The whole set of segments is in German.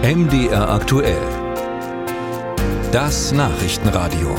MDR aktuell. Das Nachrichtenradio.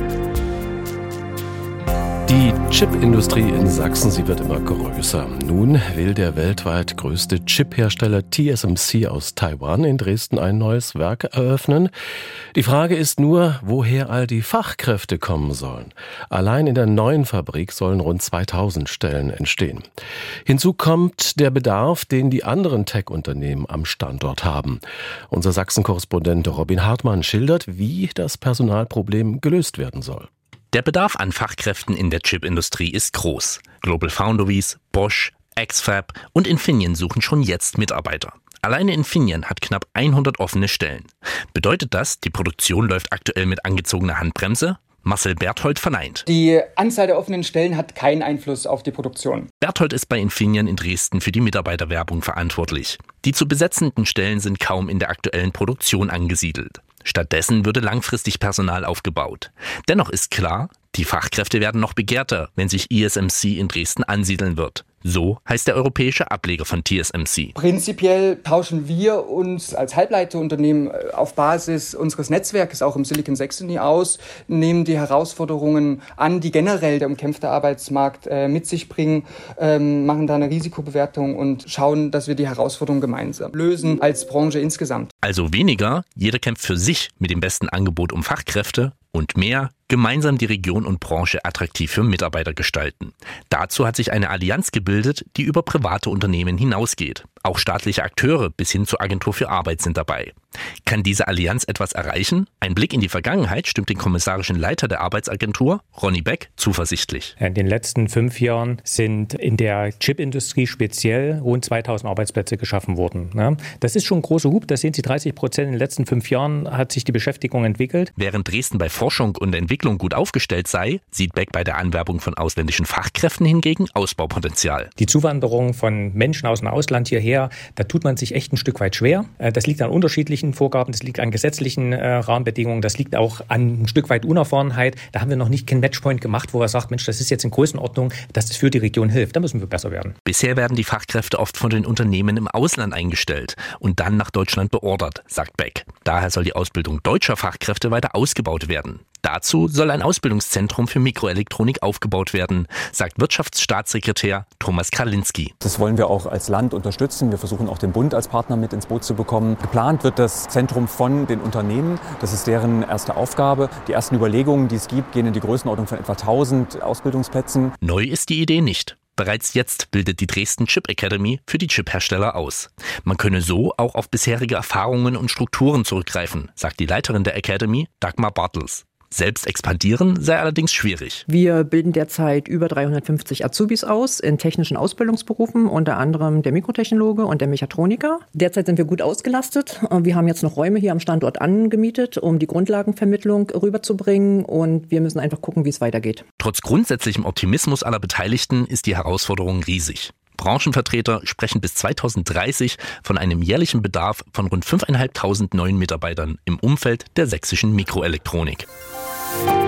Die Chipindustrie in Sachsen, sie wird immer größer. Nun will der weltweit größte Chiphersteller TSMC aus Taiwan in Dresden ein neues Werk eröffnen. Die Frage ist nur, woher all die Fachkräfte kommen sollen. Allein in der neuen Fabrik sollen rund 2000 Stellen entstehen. Hinzu kommt der Bedarf, den die anderen Tech-Unternehmen am Standort haben. Unser Sachsen-Korrespondent Robin Hartmann schildert, wie das Personalproblem gelöst werden soll. Der Bedarf an Fachkräften in der Chipindustrie ist groß. GlobalFoundries, Bosch, X-FAB und Infineon suchen schon jetzt Mitarbeiter. Alleine Infineon hat knapp 100 offene Stellen. Bedeutet das, die Produktion läuft aktuell mit angezogener Handbremse? Marcel Berthold verneint. Die Anzahl der offenen Stellen hat keinen Einfluss auf die Produktion. Berthold ist bei Infineon in Dresden für die Mitarbeiterwerbung verantwortlich. Die zu besetzenden Stellen sind kaum in der aktuellen Produktion angesiedelt. Stattdessen würde langfristig Personal aufgebaut. Dennoch ist klar, die Fachkräfte werden noch begehrter, wenn sich TSMC in Dresden ansiedeln wird. So heißt der europäische Ableger von TSMC. Prinzipiell tauschen wir uns als Halbleiterunternehmen auf Basis unseres Netzwerkes auch im Silicon Saxony aus, nehmen die Herausforderungen an, die generell der umkämpfte Arbeitsmarkt mit sich bringen, machen da eine Risikobewertung und schauen, dass wir die Herausforderungen gemeinsam lösen als Branche insgesamt. Also weniger, jeder kämpft für sich mit dem besten Angebot um Fachkräfte, und mehr, gemeinsam die Region und Branche attraktiv für Mitarbeiter gestalten. Dazu hat sich eine Allianz gebildet, die über private Unternehmen hinausgeht. Auch staatliche Akteure bis hin zur Agentur für Arbeit sind dabei. Kann diese Allianz etwas erreichen? Ein Blick in die Vergangenheit stimmt den kommissarischen Leiter der Arbeitsagentur, Ronny Beck, zuversichtlich. In den letzten 5 Jahren sind in der Chipindustrie speziell rund 2000 Arbeitsplätze geschaffen worden. Das ist schon ein großer Hub, da sehen Sie 30% in den letzten 5 Jahren hat sich die Beschäftigung entwickelt. Während Dresden bei Forschung und Entwicklung gut aufgestellt sei, sieht Beck bei der Anwerbung von ausländischen Fachkräften hingegen Ausbaupotenzial. Die Zuwanderung von Menschen aus dem Ausland hierher, da tut man sich echt ein Stück weit schwer. Das liegt an unterschiedlichen Vorgaben, das liegt an gesetzlichen Rahmenbedingungen, das liegt auch an ein Stück weit Unerfahrenheit. Da haben wir noch nicht keinen Matchpoint gemacht, wo er sagt, Mensch, das ist jetzt in Größenordnung, dass das für die Region hilft. Da müssen wir besser werden. Bisher werden die Fachkräfte oft von den Unternehmen im Ausland eingestellt und dann nach Deutschland beordert, sagt Beck. Daher soll die Ausbildung deutscher Fachkräfte weiter ausgebaut werden. Dazu soll ein Ausbildungszentrum für Mikroelektronik aufgebaut werden, sagt Wirtschaftsstaatssekretär Thomas Kralinski. Das wollen wir auch als Land unterstützen. Wir versuchen auch den Bund als Partner mit ins Boot zu bekommen. Geplant wird das Zentrum von den Unternehmen. Das ist deren erste Aufgabe. Die ersten Überlegungen, die es gibt, gehen in die Größenordnung von etwa 1000 Ausbildungsplätzen. Neu ist die Idee nicht. Bereits jetzt bildet die Dresden Chip Academy für die Chiphersteller aus. Man könne so auch auf bisherige Erfahrungen und Strukturen zurückgreifen, sagt die Leiterin der Academy, Dagmar Bartels. Selbst expandieren sei allerdings schwierig. Wir bilden derzeit über 350 Azubis aus in technischen Ausbildungsberufen, unter anderem der Mikrotechnologe und der Mechatroniker. Derzeit sind wir gut ausgelastet. Wir haben jetzt noch Räume hier am Standort angemietet, um die Grundlagenvermittlung rüberzubringen, und wir müssen einfach gucken, wie es weitergeht. Trotz grundsätzlichem Optimismus aller Beteiligten ist die Herausforderung riesig. Branchenvertreter sprechen bis 2030 von einem jährlichen Bedarf von rund 5.500 neuen Mitarbeitern im Umfeld der sächsischen Mikroelektronik.